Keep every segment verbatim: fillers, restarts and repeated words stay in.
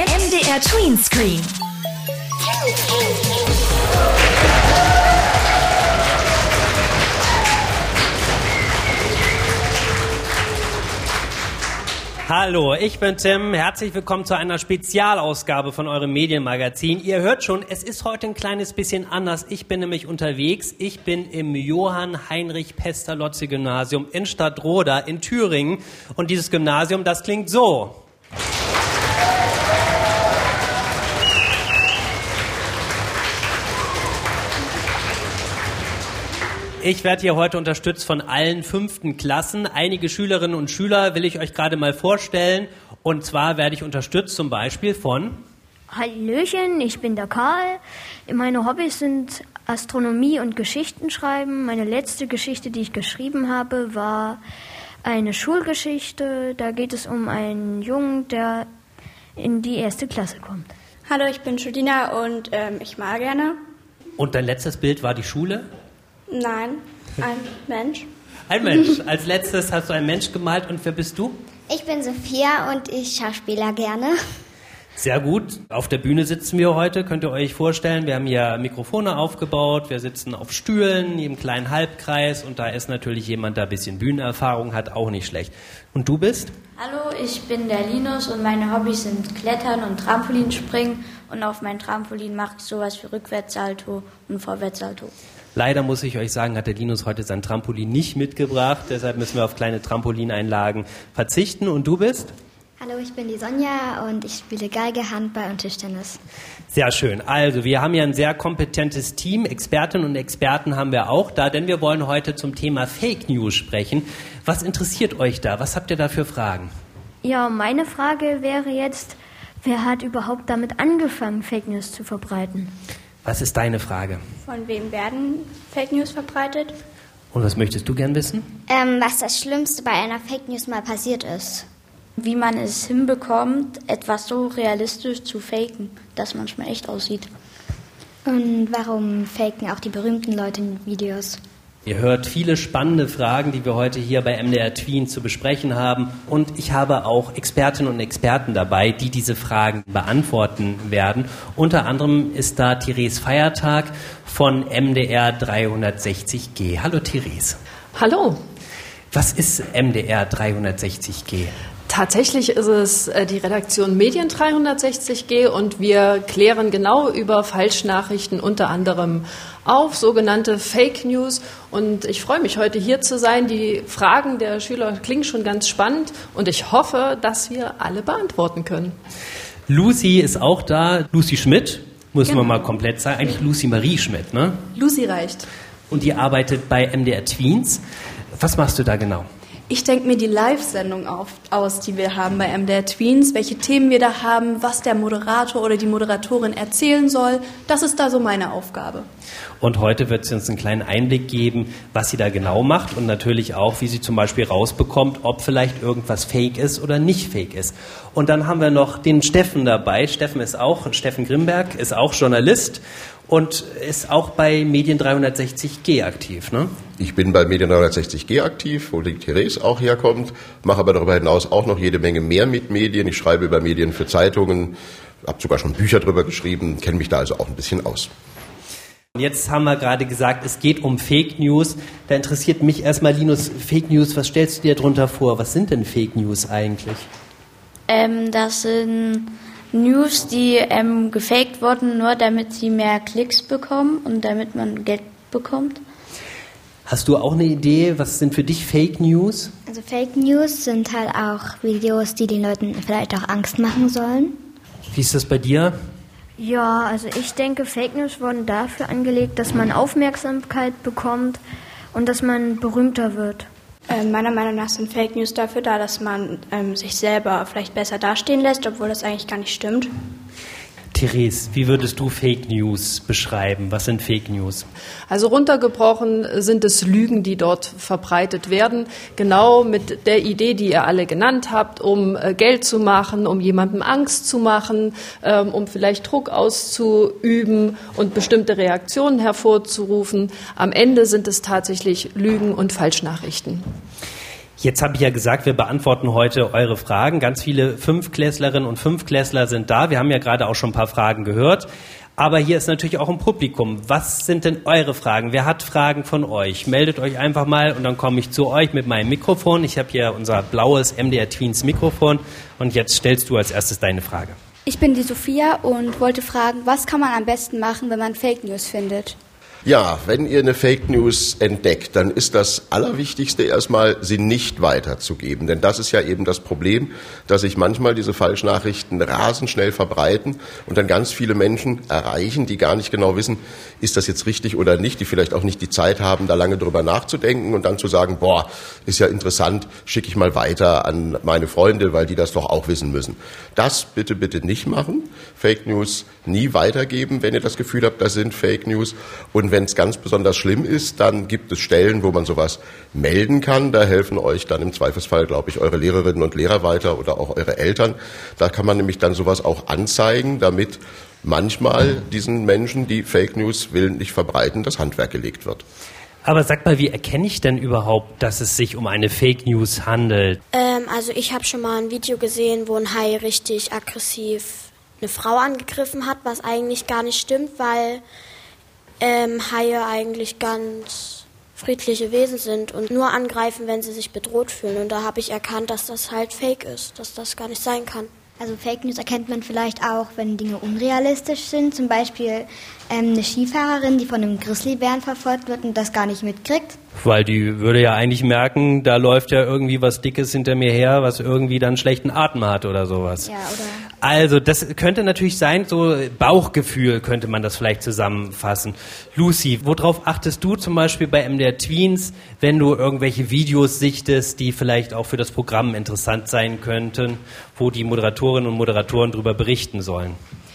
M D R Tween Screen. Hallo, ich bin Tim. Herzlich willkommen zu einer Spezialausgabe von eurem Medienmagazin. Ihr hört schon, es ist heute ein kleines bisschen anders. Ich bin nämlich unterwegs. Ich bin im Johann-Heinrich-Pestalozzi-Gymnasium in Stadtroda in Thüringen. Und dieses Gymnasium, das klingt so. Ich werde hier heute unterstützt von allen fünften Klassen. Einige Schülerinnen und Schüler will ich euch gerade mal vorstellen. Und zwar werde ich unterstützt zum Beispiel von... Hallöchen, ich bin der Karl. Meine Hobbys sind Astronomie und Geschichtenschreiben. Meine letzte Geschichte, die ich geschrieben habe, war eine Schulgeschichte. Da geht es um einen Jungen, der in die erste Klasse kommt. Hallo, ich bin Judina und ähm, ich mal gerne. Und dein letztes Bild war die Schule? Nein, ein Mensch. Ein Mensch. Als letztes hast du einen Mensch gemalt. Und wer bist du? Ich bin Sophia und ich schauspieler gerne. Sehr gut. Auf der Bühne sitzen wir heute, könnt ihr euch vorstellen. Wir haben hier Mikrofone aufgebaut, wir sitzen auf Stühlen im kleinen Halbkreis und da ist natürlich jemand, der ein bisschen Bühnenerfahrung hat, auch nicht schlecht. Und du bist? Hallo, ich bin der Linus und meine Hobbys sind Klettern und Trampolinspringen und auf meinem Trampolin mache ich sowas wie Rückwärtssalto und Vorwärtssalto. Leider muss ich euch sagen, hat der Linus heute sein Trampolin nicht mitgebracht, deshalb müssen wir auf kleine Trampolineinlagen verzichten. Und du bist? Hallo, ich bin die Sonja und ich spiele Geige, Handball und Tischtennis. Sehr schön. Also, wir haben ja ein sehr kompetentes Team. Expertinnen und Experten haben wir auch da, denn wir wollen heute zum Thema Fake News sprechen. Was interessiert euch da? Was habt ihr da für Fragen? Ja, meine Frage wäre jetzt, wer hat überhaupt damit angefangen, Fake News zu verbreiten? Was ist deine Frage? Von wem werden Fake News verbreitet? Und was möchtest du gern wissen? Ähm, was das Schlimmste bei einer Fake News mal passiert ist. Wie man es hinbekommt, etwas so realistisch zu faken, dass manchmal echt aussieht. Und warum faken auch die berühmten Leute in Videos? Ihr hört viele spannende Fragen, die wir heute hier bei M D R Tween zu besprechen haben. Und ich habe auch Expertinnen und Experten dabei, die diese Fragen beantworten werden. Unter anderem ist da Therese Feiertag von M D R dreihundertsechzig G. Hallo Therese. Hallo. Was ist M D R dreihundertsechzig G? Tatsächlich ist es die Redaktion Medien dreihundertsechzig G und wir klären genau über Falschnachrichten unter anderem auf, sogenannte Fake News. Und ich freue mich, heute hier zu sein. Die Fragen der Schüler klingen schon ganz spannend und ich hoffe, dass wir alle beantworten können. Lucy ist auch da. Lucy Schmidt, muss genau. man mal komplett sagen. Eigentlich Lucy Marie Schmidt, ne? Lucy reicht. Und die arbeitet bei M D R Tweens. Was machst du da genau? Ich denke mir die Live-Sendung auf, aus, die wir haben bei M D R Tweens, welche Themen wir da haben, was der Moderator oder die Moderatorin erzählen soll. Das ist da so meine Aufgabe. Und heute wird sie uns einen kleinen Einblick geben, was sie da genau macht und natürlich auch, wie sie zum Beispiel rausbekommt, ob vielleicht irgendwas fake ist oder nicht fake ist. Und dann haben wir noch den Steffen dabei. Steffen ist auch, Steffen Grimberg ist auch Journalist und ist auch bei Medien dreihundertsechzig G aktiv, ne? Ich bin bei Medien dreihundertsechzig G aktiv, wo die Therese auch herkommt, mache aber darüber hinaus auch noch jede Menge mehr mit Medien. Ich schreibe über Medien für Zeitungen, habe sogar schon Bücher drüber geschrieben, kenne mich da also auch ein bisschen aus. Jetzt haben wir gerade gesagt, es geht um Fake News. Da interessiert mich erstmal, Linus, Fake News, was stellst du dir darunter vor? Was sind denn Fake News eigentlich? Ähm, das sind News, die ähm, gefaked wurden, nur damit sie mehr Klicks bekommen und damit man Geld bekommt. Hast du auch eine Idee, was sind für dich Fake News? Also Fake News sind halt auch Videos, die den Leuten vielleicht auch Angst machen sollen. Wie ist das bei dir? Ja, also ich denke, Fake News wurden dafür angelegt, dass man Aufmerksamkeit bekommt und dass man berühmter wird. Äh, meiner Meinung nach sind Fake News dafür da, dass man ähm, sich selber vielleicht besser dastehen lässt, obwohl das eigentlich gar nicht stimmt. Therese, wie würdest du Fake News beschreiben? Was sind Fake News? Also runtergebrochen sind es Lügen, die dort verbreitet werden, genau mit der Idee, die ihr alle genannt habt, um Geld zu machen, um jemandem Angst zu machen, um vielleicht Druck auszuüben und bestimmte Reaktionen hervorzurufen. Am Ende sind es tatsächlich Lügen und Falschnachrichten. Jetzt habe ich ja gesagt, wir beantworten heute eure Fragen. Ganz viele Fünftklässlerinnen und Fünftklässler sind da. Wir haben ja gerade auch schon ein paar Fragen gehört. Aber hier ist natürlich auch ein Publikum. Was sind denn eure Fragen? Wer hat Fragen von euch? Meldet euch einfach mal und dann komme ich zu euch mit meinem Mikrofon. Ich habe hier unser blaues M D R Tweens Mikrofon und jetzt stellst du als erstes deine Frage. Ich bin die Sophia und wollte fragen, was kann man am besten machen, wenn man Fake News findet? Ja, wenn ihr eine Fake News entdeckt, dann ist das Allerwichtigste erstmal, sie nicht weiterzugeben. Denn das ist ja eben das Problem, dass sich manchmal diese Falschnachrichten rasend schnell verbreiten und dann ganz viele Menschen erreichen, die gar nicht genau wissen, ist das jetzt richtig oder nicht, die vielleicht auch nicht die Zeit haben, da lange drüber nachzudenken und dann zu sagen, boah, ist ja interessant, schicke ich mal weiter an meine Freunde, weil die das doch auch wissen müssen. Das bitte, bitte nicht machen. Fake News nie weitergeben, wenn ihr das Gefühl habt, das sind Fake News. Und wenn es ganz besonders schlimm ist, dann gibt es Stellen, wo man sowas melden kann. Da helfen euch dann im Zweifelsfall, glaube ich, eure Lehrerinnen und Lehrer weiter oder auch eure Eltern. Da kann man nämlich dann sowas auch anzeigen, damit manchmal diesen Menschen, die Fake News willentlich verbreiten, das Handwerk gelegt wird. Aber sag mal, wie erkenne ich denn überhaupt, dass es sich um eine Fake News handelt? Ähm, also ich habe schon mal ein Video gesehen, wo ein Hai richtig aggressiv eine Frau angegriffen hat, was eigentlich gar nicht stimmt, weil ähm, Haie eigentlich ganz friedliche Wesen sind und nur angreifen, wenn sie sich bedroht fühlen. Und da habe ich erkannt, dass das halt Fake ist, dass das gar nicht sein kann. Also Fake News erkennt man vielleicht auch, wenn Dinge unrealistisch sind. Zum Beispiel ähm, eine Skifahrerin, die von einem Grizzlybären verfolgt wird und das gar nicht mitkriegt. Weil die würde ja eigentlich merken, da läuft ja irgendwie was Dickes hinter mir her, was irgendwie dann schlechten Atem hat oder sowas. Ja, oder? Also das könnte natürlich sein, so Bauchgefühl könnte man das vielleicht zusammenfassen. Lucy, worauf achtest du zum Beispiel bei M D R Tweens, wenn du irgendwelche Videos sichtest, die vielleicht auch für das Programm interessant sein könnten, wo die Moderatorinnen und Moderatoren darüber berichten sollen?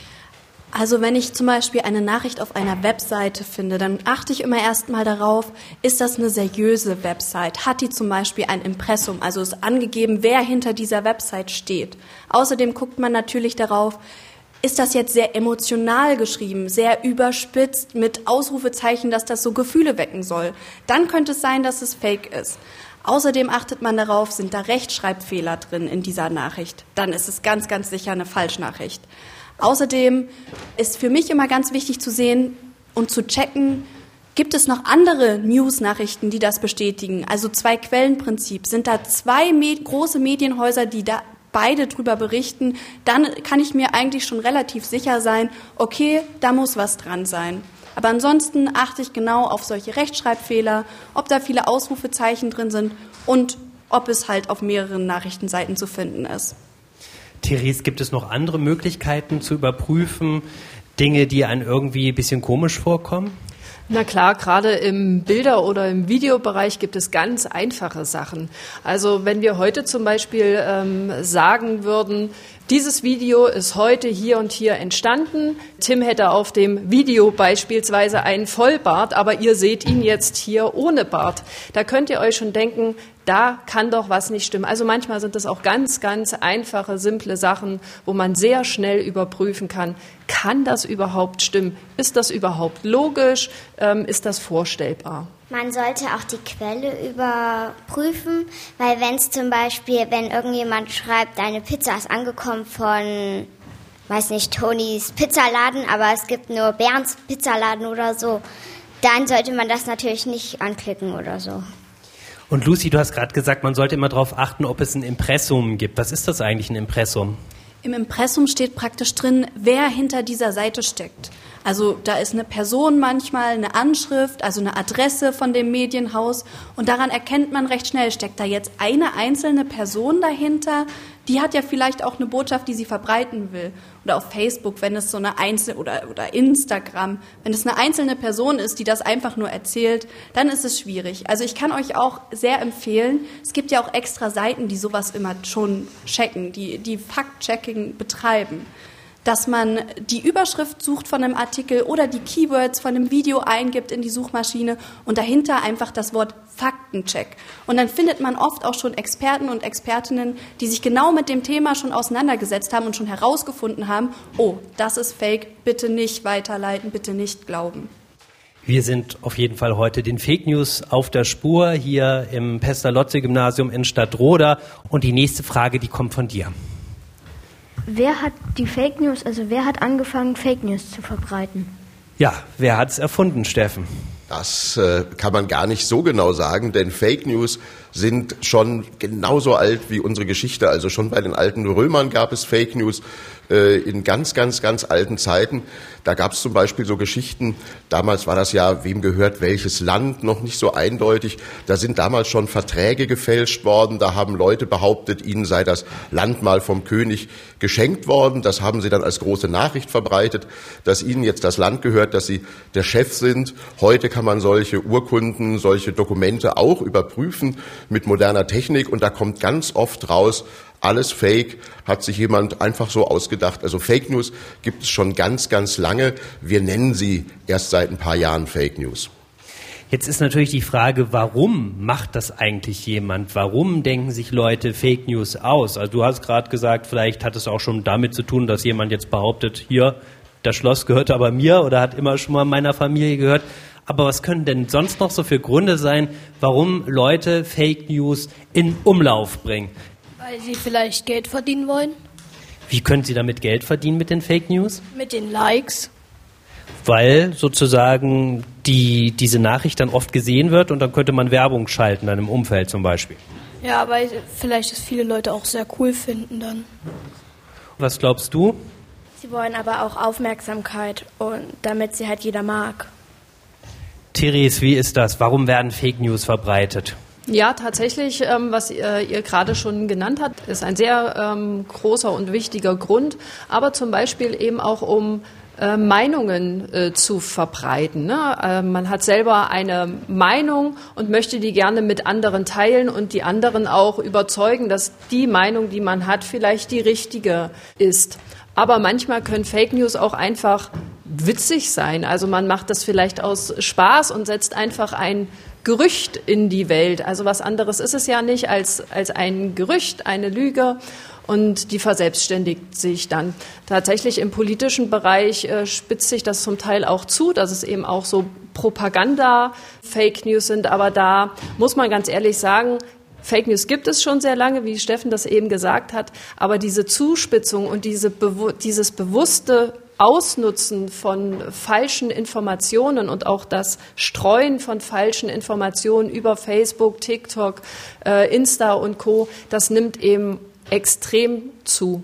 Also wenn ich zum Beispiel eine Nachricht auf einer Webseite finde, dann achte ich immer erstmal darauf, ist das eine seriöse Website? Hat die zum Beispiel ein Impressum, also ist angegeben, wer hinter dieser Website steht? Außerdem guckt man natürlich darauf, ist das jetzt sehr emotional geschrieben, sehr überspitzt mit Ausrufezeichen, dass das so Gefühle wecken soll? Dann könnte es sein, dass es fake ist. Außerdem achtet man darauf, sind da Rechtschreibfehler drin in dieser Nachricht? Dann ist es ganz, ganz sicher eine Falschnachricht. Außerdem ist für mich immer ganz wichtig zu sehen und zu checken, gibt es noch andere News-Nachrichten, die das bestätigen? Also Zwei-Quellen-Prinzip. Sind da zwei med- große Medienhäuser, die da beide drüber berichten? Dann kann ich mir eigentlich schon relativ sicher sein, okay, da muss was dran sein. Aber ansonsten achte ich genau auf solche Rechtschreibfehler, ob da viele Ausrufezeichen drin sind und ob es halt auf mehreren Nachrichtenseiten zu finden ist. Therese, gibt es noch andere Möglichkeiten zu überprüfen, Dinge, die einem irgendwie ein bisschen komisch vorkommen? Na klar, gerade im Bilder- oder im Videobereich gibt es ganz einfache Sachen. Also wenn wir heute zum Beispiel ähm, sagen würden, dieses Video ist heute hier und hier entstanden. Tim hätte auf dem Video beispielsweise einen Vollbart, aber ihr seht ihn jetzt hier ohne Bart. Da könnt ihr euch schon denken, da kann doch was nicht stimmen. Also manchmal sind das auch ganz, ganz einfache, simple Sachen, wo man sehr schnell überprüfen kann, kann das überhaupt stimmen? Ist das überhaupt logisch? Ähm, ist das vorstellbar? Man sollte auch die Quelle überprüfen, weil wenn es zum Beispiel, wenn irgendjemand schreibt, deine Pizza ist angekommen von, weiß nicht, Tonys Pizzaladen, aber es gibt nur Bernds Pizzaladen oder so, dann sollte man das natürlich nicht anklicken oder so. Und Lucy, du hast gerade gesagt, man sollte immer darauf achten, ob es ein Impressum gibt. Was ist das eigentlich, ein Impressum? Im Impressum steht praktisch drin, wer hinter dieser Seite steckt. Also da ist eine Person manchmal, eine Anschrift, also eine Adresse von dem Medienhaus und daran erkennt man recht schnell, steckt da jetzt eine einzelne Person dahinter, die hat ja vielleicht auch eine Botschaft, die sie verbreiten will. Oder auf Facebook, wenn es so eine einzelne, oder, oder Instagram, wenn es eine einzelne Person ist, die das einfach nur erzählt, dann ist es schwierig. Also ich kann euch auch sehr empfehlen, es gibt ja auch extra Seiten, die sowas immer schon checken, die, die Fact-Checking betreiben, dass man die Überschrift sucht von einem Artikel oder die Keywords von einem Video eingibt in die Suchmaschine und dahinter einfach das Wort Faktencheck. Und dann findet man oft auch schon Experten und Expertinnen, die sich genau mit dem Thema schon auseinandergesetzt haben und schon herausgefunden haben, oh, das ist Fake, bitte nicht weiterleiten, bitte nicht glauben. Wir sind auf jeden Fall heute den Fake News auf der Spur hier im Pestalozzi-Gymnasium in Stadtroda. Und die nächste Frage, die kommt von dir. Wer hat die Fake News, also wer hat angefangen, Fake News zu verbreiten? Ja, wer hat es erfunden, Steffen? Das äh, kann man gar nicht so genau sagen, denn Fake News sind schon genauso alt wie unsere Geschichte. Also schon bei den alten Römern gab es Fake News äh, in ganz, ganz, ganz alten Zeiten. Da gab es zum Beispiel so Geschichten, damals war das ja, wem gehört welches Land, noch nicht so eindeutig. Da sind damals schon Verträge gefälscht worden. Da haben Leute behauptet, ihnen sei das Land mal vom König geschenkt worden. Das haben sie dann als große Nachricht verbreitet, dass ihnen jetzt das Land gehört, dass sie der Chef sind. Heute kann man solche Urkunden, solche Dokumente auch überprüfen mit moderner Technik. Und da kommt ganz oft raus, alles Fake, hat sich jemand einfach so ausgedacht. Also Fake News gibt es schon ganz, ganz lange. Wir nennen sie erst seit ein paar Jahren Fake News. Jetzt ist natürlich die Frage, warum macht das eigentlich jemand? Warum denken sich Leute Fake News aus? Also du hast gerade gesagt, vielleicht hat es auch schon damit zu tun, dass jemand jetzt behauptet, hier, das Schloss gehört aber mir oder hat immer schon mal meiner Familie gehört. Aber was können denn sonst noch so für Gründe sein, warum Leute Fake News in Umlauf bringen? Weil sie vielleicht Geld verdienen wollen. Wie können Sie damit Geld verdienen mit den Fake News? Mit den Likes. Weil sozusagen die, diese Nachricht dann oft gesehen wird und dann könnte man Werbung schalten, dann im Umfeld zum Beispiel. Ja, weil vielleicht es viele Leute auch sehr cool finden dann. Was glaubst du? Sie wollen aber auch Aufmerksamkeit, und damit sie halt jeder mag. Therese, wie ist das? Warum werden Fake News verbreitet? Ja, tatsächlich, ähm, was äh, ihr gerade schon genannt habt, ist ein sehr ähm, großer und wichtiger Grund, aber zum Beispiel eben auch um äh, Meinungen äh, zu verbreiten. Ne? Äh, man hat selber eine Meinung und möchte die gerne mit anderen teilen und die anderen auch überzeugen, dass die Meinung, die man hat, vielleicht die richtige ist. Aber manchmal können Fake News auch einfach witzig sein. Also man macht das vielleicht aus Spaß und setzt einfach ein Gerücht in die Welt. Also was anderes ist es ja nicht als, als ein Gerücht, eine Lüge, und die verselbstständigt sich dann. Tatsächlich im politischen Bereich äh, spitzt sich das zum Teil auch zu, dass es eben auch so Propaganda-Fake News sind. Aber da muss man ganz ehrlich sagen, Fake News gibt es schon sehr lange, wie Steffen das eben gesagt hat, aber diese Zuspitzung und diese, dieses bewusste Ausnutzen von falschen Informationen und auch das Streuen von falschen Informationen über Facebook, TikTok, äh, Insta und Co., das nimmt eben extrem zu.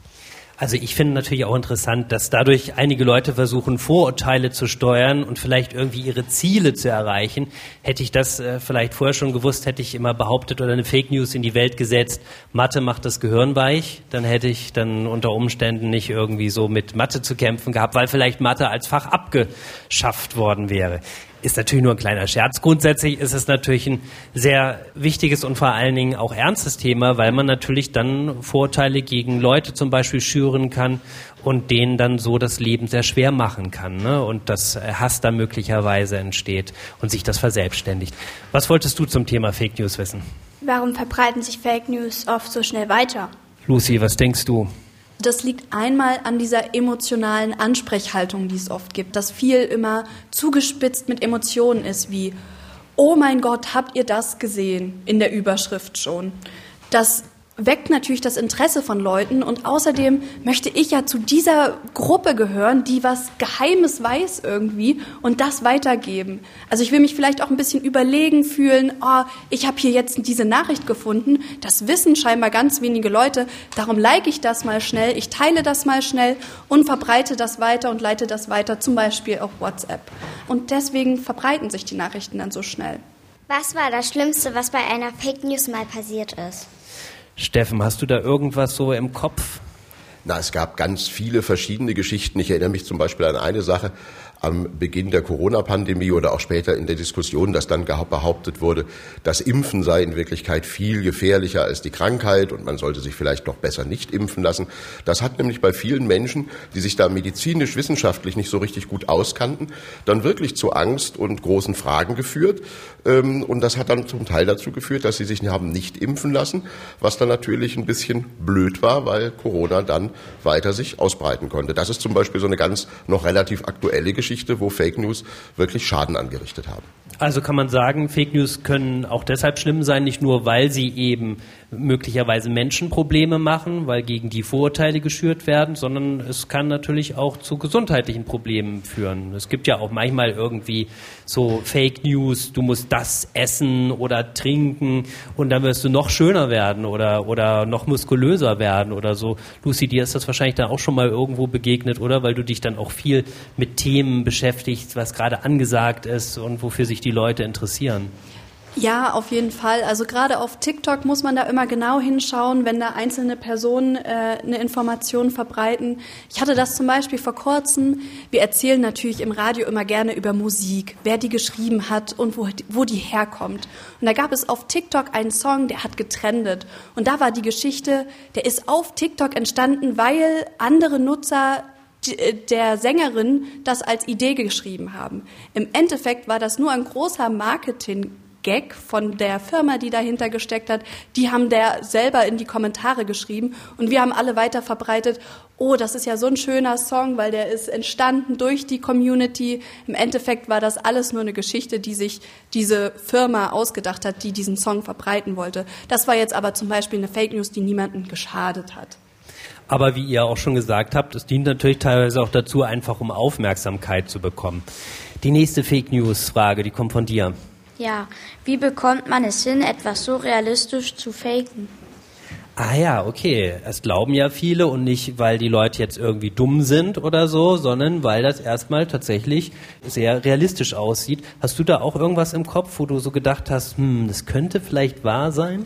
Also ich finde natürlich auch interessant, dass dadurch einige Leute versuchen, Vorurteile zu steuern und vielleicht irgendwie ihre Ziele zu erreichen. Hätte ich das äh, vielleicht vorher schon gewusst, hätte ich immer behauptet oder eine Fake News in die Welt gesetzt, Mathe macht das Gehirn weich, dann hätte ich dann unter Umständen nicht irgendwie so mit Mathe zu kämpfen gehabt, weil vielleicht Mathe als Fach abgeschafft worden wäre. Ist natürlich nur ein kleiner Scherz. Grundsätzlich ist es natürlich ein sehr wichtiges und vor allen Dingen auch ernstes Thema, weil man natürlich dann Vorurteile gegen Leute zum Beispiel schüren kann und denen dann so das Leben sehr schwer machen kann, ne? Und das Hass da möglicherweise entsteht und sich das verselbstständigt. Was wolltest du zum Thema Fake News wissen? Warum verbreiten sich Fake News oft so schnell weiter? Lucy, was denkst du? Das liegt einmal an dieser emotionalen Ansprechhaltung, die es oft gibt, dass viel immer zugespitzt mit Emotionen ist, wie oh mein Gott, habt ihr das gesehen in der Überschrift schon. Das weckt natürlich das Interesse von Leuten, und außerdem möchte ich ja zu dieser Gruppe gehören, die was Geheimes weiß irgendwie und das weitergeben. Also ich will mich vielleicht auch ein bisschen überlegen fühlen, oh, ich habe hier jetzt diese Nachricht gefunden, das wissen scheinbar ganz wenige Leute, darum like ich das mal schnell, ich teile das mal schnell und verbreite das weiter und leite das weiter, zum Beispiel auf WhatsApp. Und deswegen verbreiten sich die Nachrichten dann so schnell. Was war das Schlimmste, was bei einer Fake News mal passiert ist? Steffen, hast du da irgendwas so im Kopf? Na, es gab ganz viele verschiedene Geschichten. Ich erinnere mich zum Beispiel an eine Sache am Beginn der Corona-Pandemie oder auch später in der Diskussion, dass dann behauptet wurde, das Impfen sei in Wirklichkeit viel gefährlicher als die Krankheit und man sollte sich vielleicht noch besser nicht impfen lassen. Das hat nämlich bei vielen Menschen, die sich da medizinisch, wissenschaftlich nicht so richtig gut auskannten, dann wirklich zu Angst und großen Fragen geführt. Und das hat dann zum Teil dazu geführt, dass sie sich haben nicht impfen lassen, was dann natürlich ein bisschen blöd war, weil Corona dann weiter sich ausbreiten konnte. Das ist zum Beispiel so eine ganz noch relativ aktuelle Geschichte, wo Fake News wirklich Schaden angerichtet haben. Also kann man sagen, Fake News können auch deshalb schlimm sein, nicht nur, weil sie eben möglicherweise Menschenprobleme machen, weil gegen die Vorurteile geschürt werden, sondern es kann natürlich auch zu gesundheitlichen Problemen führen. Es gibt ja auch manchmal irgendwie so Fake News, du musst das essen oder trinken und dann wirst du noch schöner werden oder, oder noch muskulöser werden oder so. Lucy, dir ist das wahrscheinlich dann auch schon mal irgendwo begegnet, oder? Weil du dich dann auch viel mit Themen beschäftigst, was gerade angesagt ist und wofür sich die Leute interessieren. Ja, auf jeden Fall. Also gerade auf TikTok muss man da immer genau hinschauen, wenn da einzelne Personen äh, eine Information verbreiten. Ich hatte das zum Beispiel vor kurzem. Wir erzählen natürlich im Radio immer gerne über Musik, wer die geschrieben hat und wo, wo die herkommt. Und da gab es auf TikTok einen Song, der hat getrendet. Und da war die Geschichte, der ist auf TikTok entstanden, weil andere Nutzer der Sängerin das als Idee geschrieben haben. Im Endeffekt war das nur ein großer Marketing-Gag von der Firma, die dahinter gesteckt hat. Die haben der selber in die Kommentare geschrieben und wir haben alle weiter verbreitet, oh, das ist ja so ein schöner Song, weil der ist entstanden durch die Community. Im Endeffekt war das alles nur eine Geschichte, die sich diese Firma ausgedacht hat, die diesen Song verbreiten wollte. Das war jetzt aber zum Beispiel eine Fake News, die niemandem geschadet hat. Aber wie ihr auch schon gesagt habt, es dient natürlich teilweise auch dazu, einfach um Aufmerksamkeit zu bekommen. Die nächste Fake-News-Frage, die kommt von dir. Ja, wie bekommt man es hin, etwas so realistisch zu faken? Ah ja, okay. Es glauben ja viele und nicht, weil die Leute jetzt irgendwie dumm sind oder so, sondern weil das erstmal tatsächlich sehr realistisch aussieht. Hast du da auch irgendwas im Kopf, wo du so gedacht hast, hm, das könnte vielleicht wahr sein?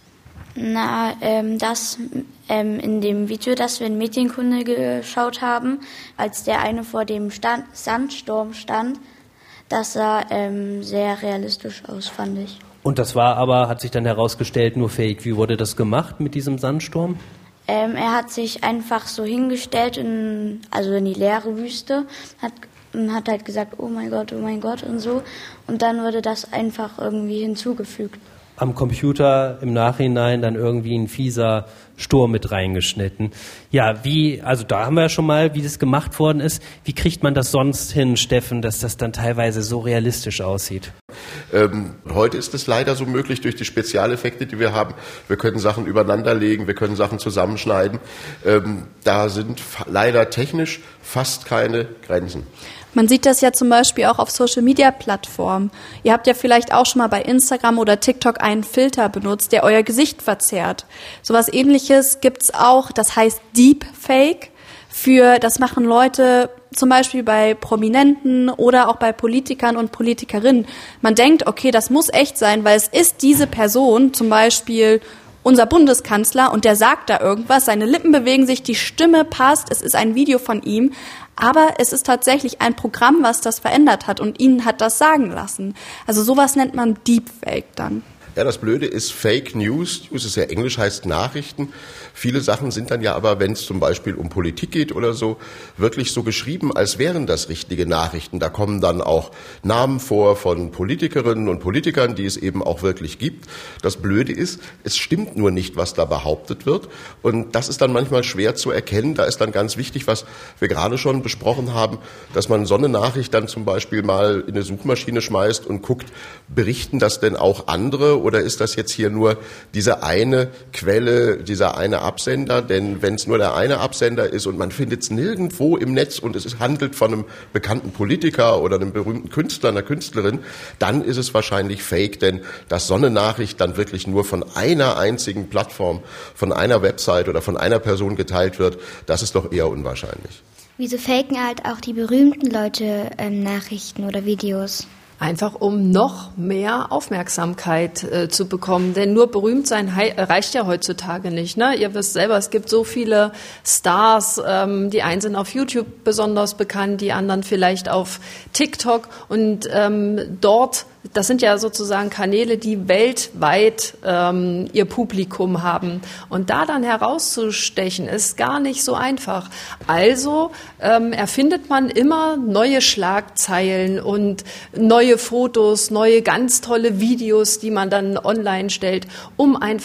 Na, ähm, das ähm, in dem Video, das wir in Medienkunde geschaut haben, als der eine vor dem Stand, Sandsturm stand, das sah ähm, sehr realistisch aus, fand ich. Und das war aber, hat sich dann herausgestellt, nur Fake. Wie wurde das gemacht mit diesem Sandsturm? Ähm, er hat sich einfach so hingestellt, in, also in die leere Wüste, hat, und hat halt gesagt, oh mein Gott, oh mein Gott und so. Und dann wurde das einfach irgendwie hinzugefügt. Am Computer im Nachhinein dann irgendwie ein fieser Sturm mit reingeschnitten. Ja, wie, also da haben wir ja schon mal, wie das gemacht worden ist. Wie kriegt man das sonst hin, Steffen, dass das dann teilweise so realistisch aussieht? Ähm, heute ist es leider so möglich durch die Spezialeffekte, die wir haben. Wir können Sachen übereinanderlegen, wir können Sachen zusammenschneiden. Ähm, da sind fa- leider technisch fast keine Grenzen. Man sieht das ja zum Beispiel auch auf Social-Media-Plattformen. Ihr habt ja vielleicht auch schon mal bei Instagram oder TikTok einen Filter benutzt, der euer Gesicht verzerrt. Sowas Ähnliches gibt's auch, das heißt Deepfake. Für, das machen Leute zum Beispiel bei Prominenten oder auch bei Politikern und Politikerinnen. Man denkt, okay, das muss echt sein, weil es ist diese Person, zum Beispiel unser Bundeskanzler, und der sagt da irgendwas, seine Lippen bewegen sich, die Stimme passt, es ist ein Video von ihm, aber es ist tatsächlich ein Programm, was das verändert hat und ihn hat das sagen lassen. Also sowas nennt man Deepfake dann. Ja, das Blöde ist Fake News. News ist ja Englisch, heißt Nachrichten. Viele Sachen sind dann ja aber, wenn es zum Beispiel um Politik geht oder so, wirklich so geschrieben, als wären das richtige Nachrichten. Da kommen dann auch Namen vor von Politikerinnen und Politikern, die es eben auch wirklich gibt. Das Blöde ist, es stimmt nur nicht, was da behauptet wird. Und das ist dann manchmal schwer zu erkennen. Da ist dann ganz wichtig, was wir gerade schon besprochen haben, dass man so eine Nachricht dann zum Beispiel mal in eine Suchmaschine schmeißt und guckt, berichten das denn auch andere? Oder ist das jetzt hier nur diese eine Quelle, dieser eine Absender? Denn wenn es nur der eine Absender ist und man findet es nirgendwo im Netz und es handelt von einem bekannten Politiker oder einem berühmten Künstler, einer Künstlerin, dann ist es wahrscheinlich Fake, denn dass so eine Nachricht dann wirklich nur von einer einzigen Plattform, von einer Website oder von einer Person geteilt wird, das ist doch eher unwahrscheinlich. Wieso faken halt auch die berühmten Leute ähm, Nachrichten oder Videos? Einfach um noch mehr Aufmerksamkeit äh, zu bekommen. Denn nur berühmt sein hei- reicht ja heutzutage nicht. Ne? Ihr wisst selber, es gibt so viele Stars. Ähm, die einen sind auf YouTube besonders bekannt, die anderen vielleicht auf TikTok. Und ähm, dort, das sind ja sozusagen Kanäle, die weltweit ähm, ihr Publikum haben. Und da dann herauszustechen, ist gar nicht so einfach. Also ähm, erfindet man immer neue Schlagzeilen und neue Neue Fotos, neue ganz tolle Videos, die man dann online stellt, um einfach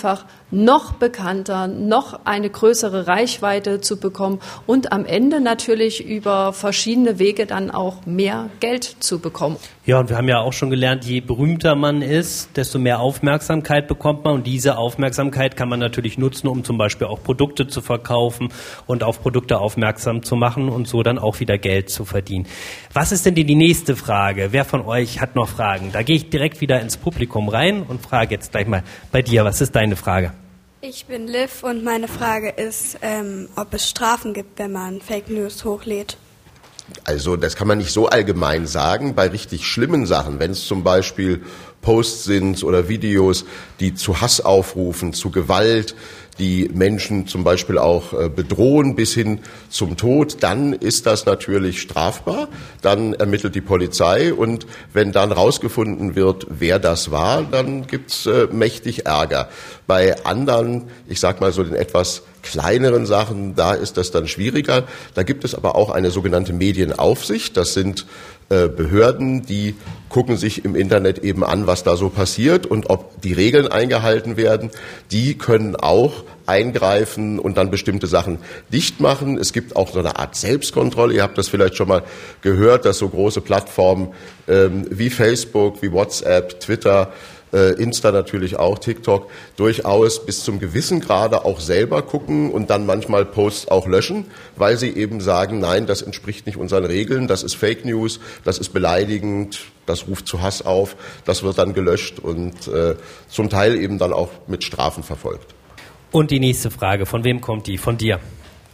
noch bekannter, noch eine größere Reichweite zu bekommen und am Ende natürlich über verschiedene Wege dann auch mehr Geld zu bekommen. Ja, und wir haben ja auch schon gelernt, je berühmter man ist, desto mehr Aufmerksamkeit bekommt man und diese Aufmerksamkeit kann man natürlich nutzen, um zum Beispiel auch Produkte zu verkaufen und auf Produkte aufmerksam zu machen und so dann auch wieder Geld zu verdienen. Was ist denn die, die nächste Frage? Wer von euch hat noch Fragen? Da gehe ich direkt wieder ins Publikum rein und frage jetzt gleich mal bei dir, was ist deine Frage? Ich bin Liv und meine Frage ist, ähm, ob es Strafen gibt, wenn man Fake News hochlädt. Also das kann man nicht so allgemein sagen. Bei richtig schlimmen Sachen, wenn es zum Beispiel Posts sind oder Videos, die zu Hass aufrufen, zu Gewalt, die Menschen zum Beispiel auch bedrohen bis hin zum Tod, dann ist das natürlich strafbar. Dann ermittelt die Polizei und wenn dann rausgefunden wird, wer das war, dann gibt's äh, mächtig Ärger. Bei anderen, ich sag mal so den etwas kleineren Sachen, da ist das dann schwieriger. Da gibt es aber auch eine sogenannte Medienaufsicht. Das sind äh, Behörden, die gucken sich im Internet eben an, was da so passiert und ob die Regeln eingehalten werden. Die können auch eingreifen und dann bestimmte Sachen dicht machen. Es gibt auch so eine Art Selbstkontrolle. Ihr habt das vielleicht schon mal gehört, dass so große Plattformen ähm, wie Facebook, wie WhatsApp, Twitter, äh, Insta natürlich auch, TikTok, durchaus bis zum gewissen Grade auch selber gucken und dann manchmal Posts auch löschen, weil sie eben sagen, nein, das entspricht nicht unseren Regeln, das ist Fake News, das ist beleidigend, das ruft zu Hass auf, das wird dann gelöscht und äh, zum Teil eben dann auch mit Strafen verfolgt. Und die nächste Frage, von wem kommt die? Von dir.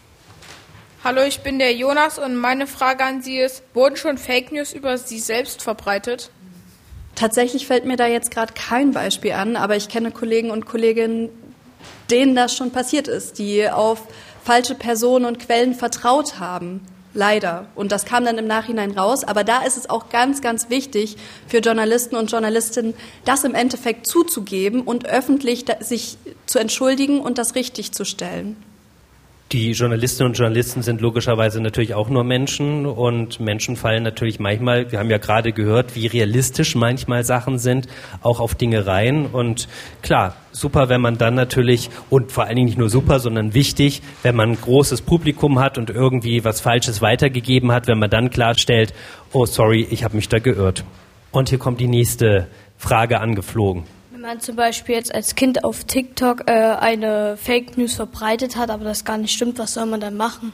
Hallo, ich bin der Jonas und meine Frage an Sie ist, wurden schon Fake News über Sie selbst verbreitet? Tatsächlich fällt mir da jetzt gerade kein Beispiel an, aber ich kenne Kollegen und Kolleginnen, denen das schon passiert ist, die auf falsche Personen und Quellen vertraut haben. Leider. Und das kam dann im Nachhinein raus. Aber da ist es auch ganz, ganz wichtig für Journalisten und Journalistinnen, das im Endeffekt zuzugeben und öffentlich sich zu entschuldigen und das richtig zu stellen. Die Journalistinnen und Journalisten sind logischerweise natürlich auch nur Menschen und Menschen fallen natürlich manchmal, wir haben ja gerade gehört, wie realistisch manchmal Sachen sind, auch auf Dinge rein und klar, super, wenn man dann natürlich und vor allen Dingen nicht nur super, sondern wichtig, wenn man ein großes Publikum hat und irgendwie was Falsches weitergegeben hat, wenn man dann klarstellt, oh sorry, ich habe mich da geirrt. Und hier kommt die nächste Frage angeflogen. Wenn man zum Beispiel jetzt als Kind auf TikTok äh, eine Fake News verbreitet hat, aber das gar nicht stimmt, was soll man dann machen?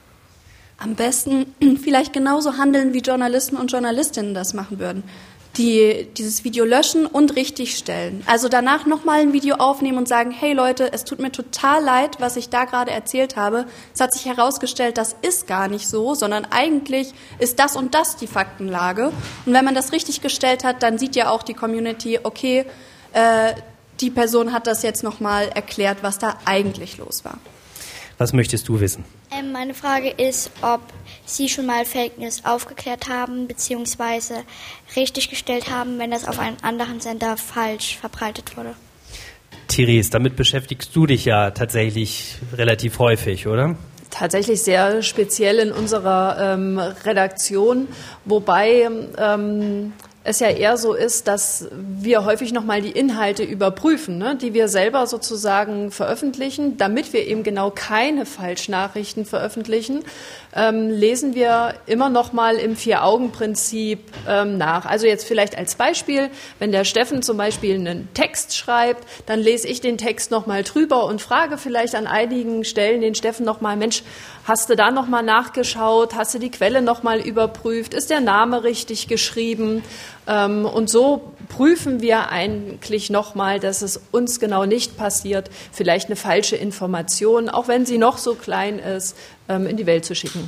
Am besten vielleicht genauso handeln, wie Journalisten und Journalistinnen das machen würden. Die dieses Video löschen und richtigstellen. Also danach nochmal ein Video aufnehmen und sagen, hey Leute, es tut mir total leid, was ich da gerade erzählt habe. Es hat sich herausgestellt, das ist gar nicht so, sondern eigentlich ist das und das die Faktenlage. Und wenn man das richtig gestellt hat, dann sieht ja auch die Community, okay, äh, die Person hat das jetzt nochmal erklärt, was da eigentlich los war. Was möchtest du wissen? Ähm, meine Frage ist, ob Sie schon mal Fake News aufgeklärt haben bzw. richtiggestellt haben, wenn das auf einem anderen Sender falsch verbreitet wurde. Therese, damit beschäftigst du dich ja tatsächlich relativ häufig, oder? Tatsächlich sehr speziell in unserer ähm, Redaktion, wobei ähm, es ja eher so ist, dass wir häufig nochmal die Inhalte überprüfen, ne, die wir selber sozusagen veröffentlichen. Damit wir eben genau keine Falschnachrichten veröffentlichen, ähm, lesen wir immer nochmal im Vier-Augen-Prinzip ähm, nach. Also jetzt vielleicht als Beispiel, wenn der Steffen zum Beispiel einen Text schreibt, dann lese ich den Text nochmal drüber und frage vielleicht an einigen Stellen den Steffen nochmal, Mensch, hast du da nochmal nachgeschaut? Hast du die Quelle nochmal überprüft? Ist der Name richtig geschrieben? Ähm, und so prüfen wir eigentlich nochmal, dass es uns genau nicht passiert, vielleicht eine falsche Information, auch wenn sie noch so klein ist, ähm, in die Welt zu schicken.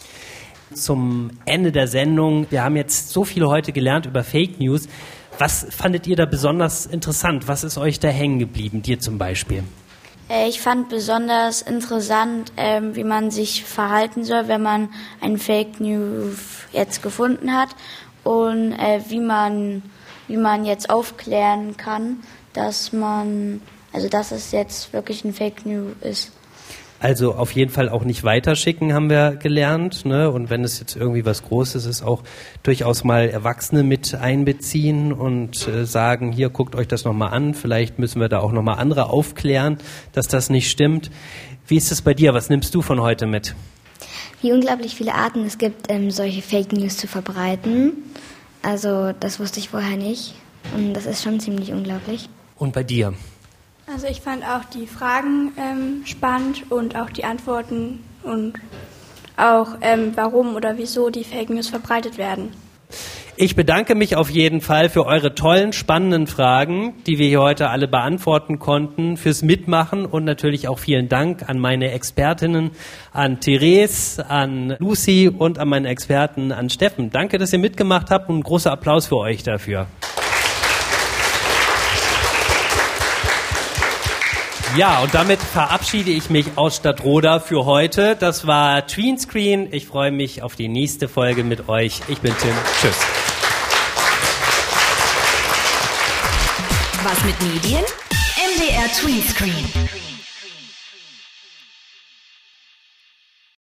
Zum Ende der Sendung, wir haben jetzt so viel heute gelernt über Fake News. Was fandet ihr da besonders interessant? Was ist euch da hängen geblieben, dir zum Beispiel? Ich fand besonders interessant, ähm, wie man sich verhalten soll, wenn man ein Fake News jetzt gefunden hat und äh, wie man wie man jetzt aufklären kann, dass man also dass es jetzt wirklich ein Fake News ist. Also auf jeden Fall auch nicht weiterschicken, haben wir gelernt, ne? Und wenn es jetzt irgendwie was Großes ist, auch durchaus mal Erwachsene mit einbeziehen und äh, sagen, hier, guckt euch das nochmal an, vielleicht müssen wir da auch nochmal andere aufklären, dass das nicht stimmt. Wie ist es bei dir? Was nimmst du von heute mit? Wie unglaublich viele Arten es gibt, ähm, solche Fake News zu verbreiten. Also das wusste ich vorher nicht und das ist schon ziemlich unglaublich. Und bei dir? Also ich fand auch die Fragen ähm, spannend und auch die Antworten und auch ähm, warum oder wieso die Fake News verbreitet werden. Ich bedanke mich auf jeden Fall für eure tollen, spannenden Fragen, die wir hier heute alle beantworten konnten, fürs Mitmachen und natürlich auch vielen Dank an meine Expertinnen, an Therese, an Lucy und an meine Experten, an Steffen. Danke, dass ihr mitgemacht habt und ein großer Applaus für euch dafür. Ja, und damit verabschiede ich mich aus Stadtroda für heute. Das war Tweenscreen. Ich freue mich auf die nächste Folge mit euch. Ich bin Tim. Tschüss. Was mit Medien? M D R Tweenscreen.